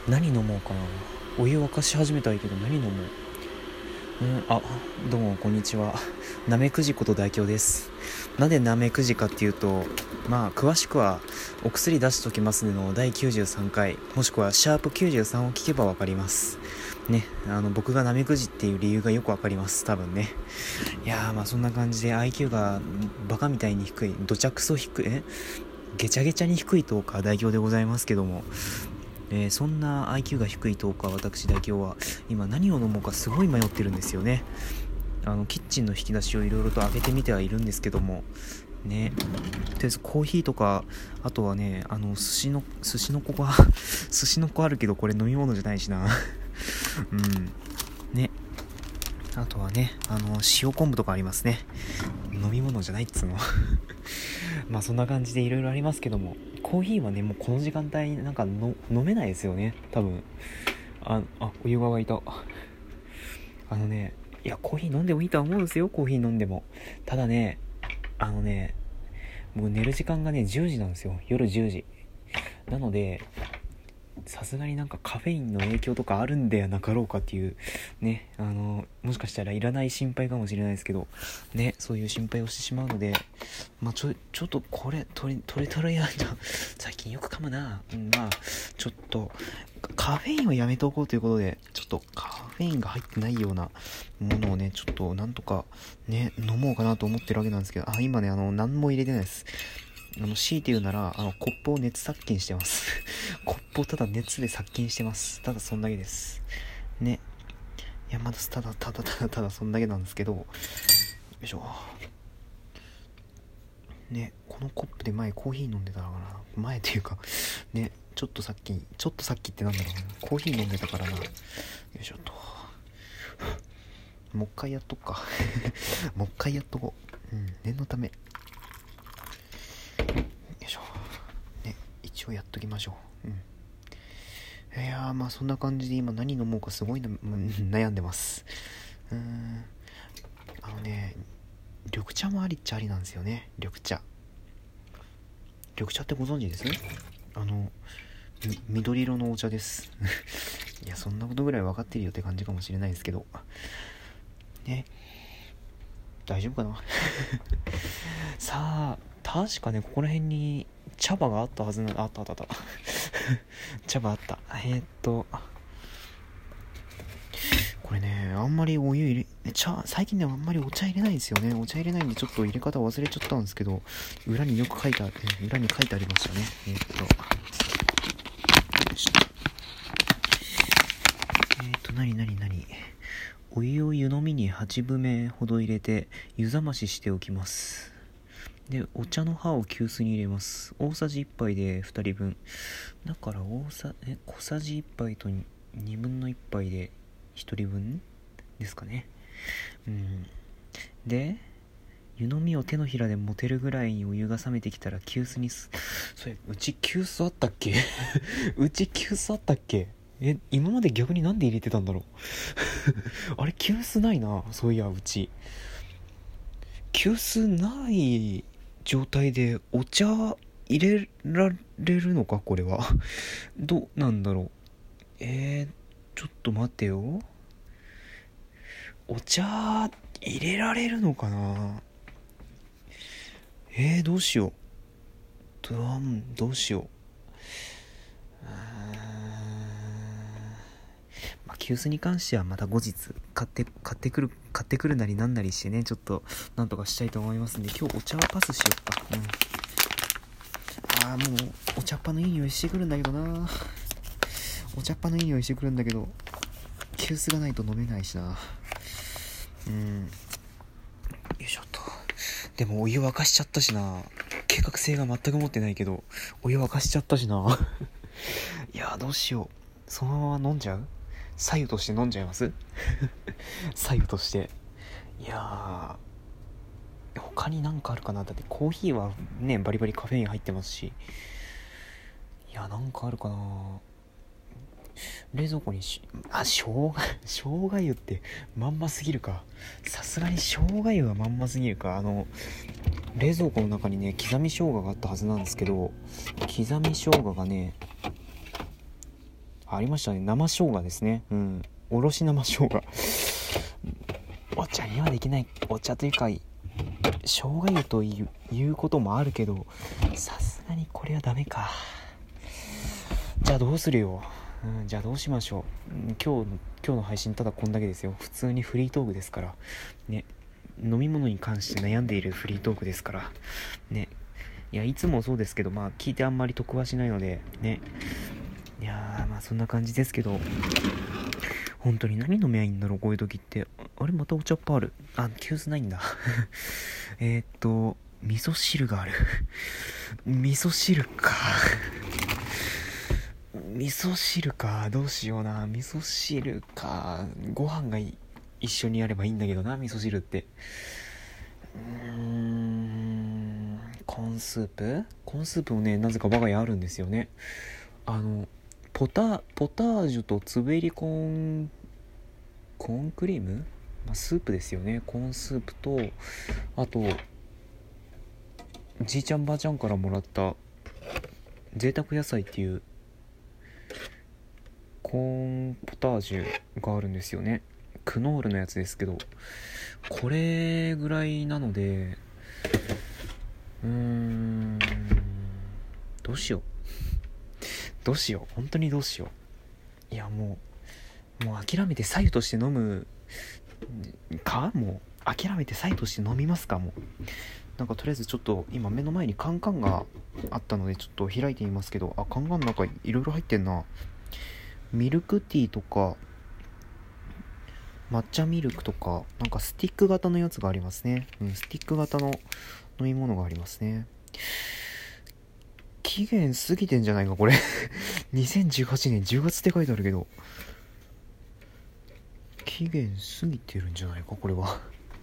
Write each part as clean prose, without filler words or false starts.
何飲もうかな。お湯沸かし始めたいけど何飲もう。あ、どうもこんにちは。なめくじこと代表です。なんでなめくじかっていうと、詳しくはお薬出しときますの第93回もしくはシャープ93を聞けばわかりますね。僕がなめくじっていう理由がよくわかります多分ね。いやそんな感じで IQ がバカみたいに低い、どちゃくそ低い、げちゃげちゃに低いトーカー代表でございますけども、そんな IQ が低いトーカー私代表は今何を飲もうかすごい迷ってるんですよね。キッチンの引き出しをいろいろと開けてみてはいるんですけどもね。とりあえずコーヒーとか、あとはね寿司の子が寿司の子あるけどこれ飲み物じゃないしなうんね。あとはね塩昆布とかありますね。飲み物じゃないっつうのそんな感じでいろいろありますけども、コーヒーはねもうこの時間帯なんかの飲めないですよね多分。お湯が沸いた。いやコーヒー飲んでもいいとは思うんですよ。コーヒー飲んでも。ただね僕寝る時間がね10時なんですよ。夜10時なので、さすがになんかカフェインの影響とかあるんではなかろうかっていうね、もしかしたらいらない心配かもしれないですけどね、そういう心配をしてしまうので、ちょっとこれ取れやじゃ最近よく噛むな。ちょっとカフェインをやめておこうということで、ちょっとカフェインが入ってないようなものをねちょっとなんとかね飲もうかなと思ってるわけなんですけど、今ね何も入れてないです。強いて言うならコップを熱殺菌してますコップをただ熱で殺菌してます。ただそんだけですね。いやただそんだけなんですけど、よいしょね。このコップで前コーヒー飲んでたからな。前っていうかね、ちょっとさっきってなんだろうな、コーヒー飲んでたからな。よいしょともう一回やっとくかもう一回やっとこう。念のため。よいしょね、一応やっときましょう。いやそんな感じで今何飲もうかすごい悩んでます。緑茶もありっちゃありなんですよね。緑茶ってご存知です？緑色のお茶ですいやそんなことぐらい分かってるよって感じかもしれないですけどね。大丈夫かなさあ確かねここら辺に茶葉があったはずな。あった茶葉あった。これねあんまりお湯入れ最近ねあんまりお茶入れないんですよね。お茶入れないんでちょっと入れ方忘れちゃったんですけど、裏に書いてありましたね。何お湯を湯飲みに8分目ほど入れて湯冷まししておきます。でお茶の葉を急須に入れます。大さじ1杯で2人分だから小さじ1杯と2分の1杯で1人分ですかね。で湯飲みを手のひらで持てるぐらいにお湯が冷めてきたら急須にうち急須あったっけうち急須あったっけ。今まで逆になんで入れてたんだろうあれ急須ないな。そういやうち急須ない状態でお茶入れられるのかこれはどうなんだろう。ちょっと待ってよ。お茶入れられるのかな。どうしよう。どうしよう。急須に関してはまた後日買ってくるなりなんなりしてね、ちょっとなんとかしたいと思いますんで、今日お茶はパスしようか。もうお茶っ葉のいい匂いしてくるんだけどな。急須がないと飲めないしな。よいしょと。でもお湯沸かしちゃったしな。計画性が全く持ってないけどお湯沸かしちゃったしないやどうしよう。そのまま飲んじゃう？白湯として飲んじゃいます白湯として。いや他になんかあるかな。だってコーヒーはねバリバリカフェイン入ってますし。いやなんかあるかな。冷蔵庫に生姜湯ってまんますぎるか。さすがに生姜湯はまんますぎるか。冷蔵庫の中にね刻み生姜があったはずなんですけど、刻み生姜がねありましたね、生生姜ですね。おろし生生姜。お茶にはできない、お茶というか生姜湯ということもあるけど、さすがにこれはダメか。じゃあどうするよ。じゃあどうしましょう。今日の配信ただこんだけですよ。普通にフリートークですからね。飲み物に関して悩んでいるフリートークですからね。いや、いつもそうですけど、聞いてあんまり得はしないのでね。いやそんな感じですけど、本当に何飲めばいいんだろう、こういう時って。あれ、またお茶っ葉ある。急須ないんだ。味噌汁がある。味噌汁か、どうしような。味噌汁か、ご飯が一緒にやればいいんだけどな、味噌汁って。コーンスープもね、なぜか我が家あるんですよね。ポタージュとつぶ入りコーンクリーム、スープですよね。コーンスープと、あとじいちゃんばあちゃんからもらった贅沢野菜っていうコーンポタージュがあるんですよね。クノールのやつですけど、これぐらいなので、どうしよう、本当にどうしよう。いや、もう諦めて白湯として飲むか。もう諦めて白湯として飲みますか。もうなんかとりあえずちょっと今目の前にカンカンがあったのでちょっと開いてみますけど、カンカンの中いろいろ入ってんな。ミルクティーとか抹茶ミルクとか、なんかスティック型のやつがありますね。スティック型の飲み物がありますね。期限過ぎてんじゃないかこれ。2018年10月って書いてあるけど、期限過ぎてるんじゃないかこれは。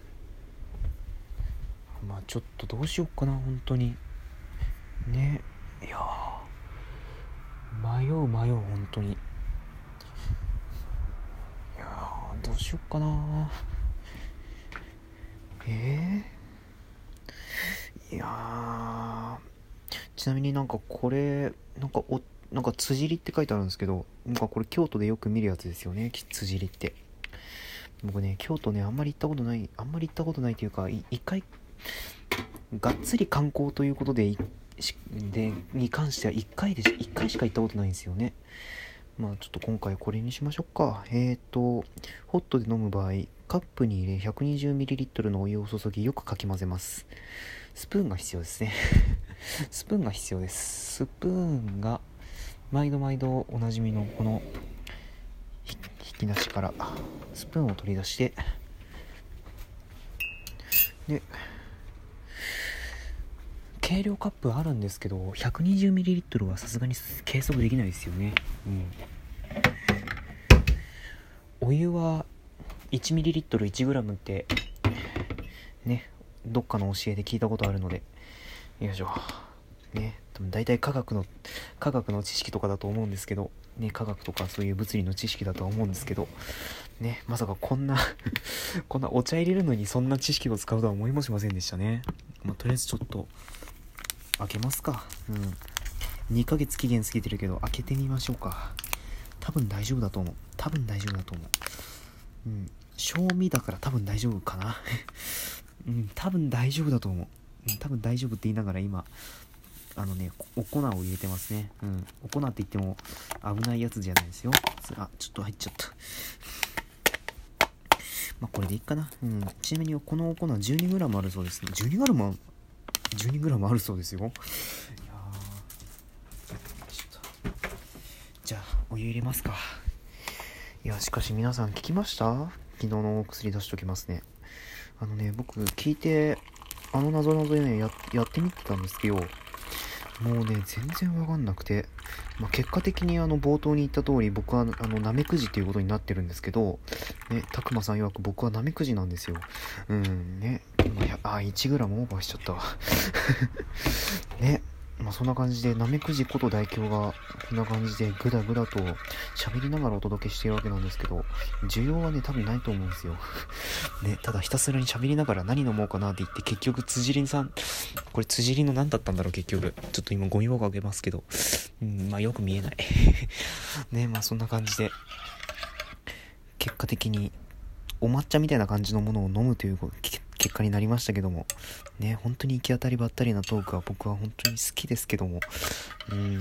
ちょっとどうしよっかな、本当にね。いや迷う本当に。いやどうしよっかな。いやちなみになんかこれなんか辻りって書いてあるんですけど、なんかこれ京都でよく見るやつですよね、辻りって。僕ね、京都ね、あんまり行ったことないというか、一回がっつり観光ということでに関しては1回しか行ったことないんですよね。ちょっと今回これにしましょうか。ホットで飲む場合、カップに入れ 120ml のお湯を注ぎ、よくかき混ぜます。スプーンが必要ですね。スプーンが毎度おなじみのこの引き出しからスプーンを取り出して、で計量カップあるんですけど 120ml はさすがに計測できないですよね。お湯は 1ml1g ってね、どっかの教えで聞いたことあるので、よいしょね。多分大体科学の知識とかだと思うんですけどね、科学とかそういう物理の知識だとは思うんですけどね、まさかこんなお茶入れるのにそんな知識を使うとは思いもしませんでしたね。とりあえずちょっと開けますか。2ヶ月期限過ぎてるけど開けてみましょうか。多分大丈夫だと思う。賞味だから多分大丈夫かな。多分大丈夫だと思う。多分大丈夫って言いながら今お粉を入れてますね。お粉って言っても危ないやつじゃないですよ。ちょっと入っちゃった。これでいいかな。ちなみにこのお粉 12g あるそうですね。12g あるそうですよ。じゃあお湯入れますか。いやしかし皆さん聞きました？昨日のお薬出しときますね。僕聞いて謎でね やってみてたんですけど、もうね全然わかんなくて、結果的に冒頭に言った通り僕はナメクジっていうことになってるんですけどね。たくまさん曰く僕はナメクジなんですよ。1g オーバーしちゃったわね。 そんな感じで、なめくじこと代表がこんな感じでぐだぐだと喋りながらお届けしているわけなんですけど、需要はね多分ないと思うんですよね。ただひたすらに喋りながら何飲もうかなって言って、結局辻りさん、これ辻りの何だったんだろう結局。ちょっと今ゴミ箱あげますけど、まあよく見えないね。まあそんな感じで結果的にお抹茶みたいな感じのものを飲むという結果になりましたけどもね。本当に行き当たりばったりなトークは僕は本当に好きですけども、いやー、よ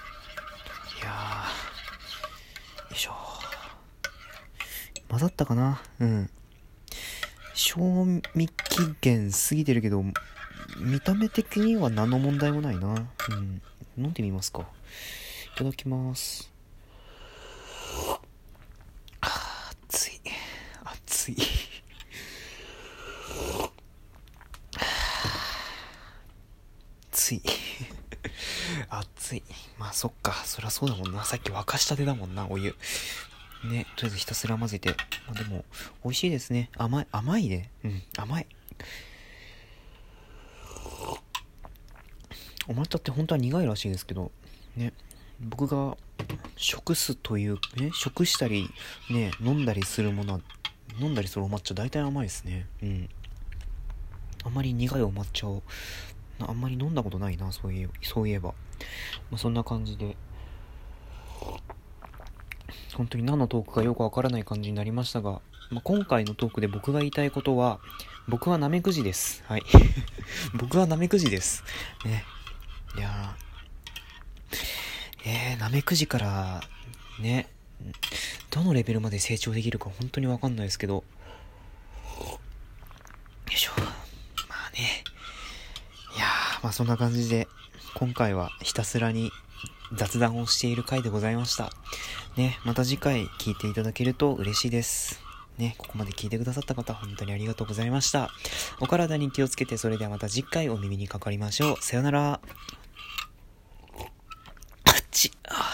いしょ、混ざったかな。賞味期限過ぎてるけど見た目的には何の問題もないな。飲んでみますか。いただきます。熱い熱い熱い熱い。まあそっか、そりゃそうだもんな。さっき沸かしたてだもんな、お湯ね。とりあえずひたすら混ぜて、まあ、でも美味しいですね。甘いね。甘い。お抹茶って本当は苦いらしいですけどね、僕が食すというね、食したりね、飲んだりするお抹茶大体甘いですね。あんまり苦いお抹茶をあんまり飲んだことないな、そういえば。そんな感じで本当に何のトークかよくわからない感じになりましたが、今回のトークで僕が言いたいことは、僕はナメクジです。はい僕はナメクジですね。いやナメクジからね、どのレベルまで成長できるか本当にわかんないですけど、よいしょ。そんな感じで今回はひたすらに雑談をしている回でございましたね。また次回聞いていただけると嬉しいですね。ここまで聞いてくださった方本当にありがとうございました。お体に気をつけて、それではまた次回お耳にかかりましょう。さよなら。あっち。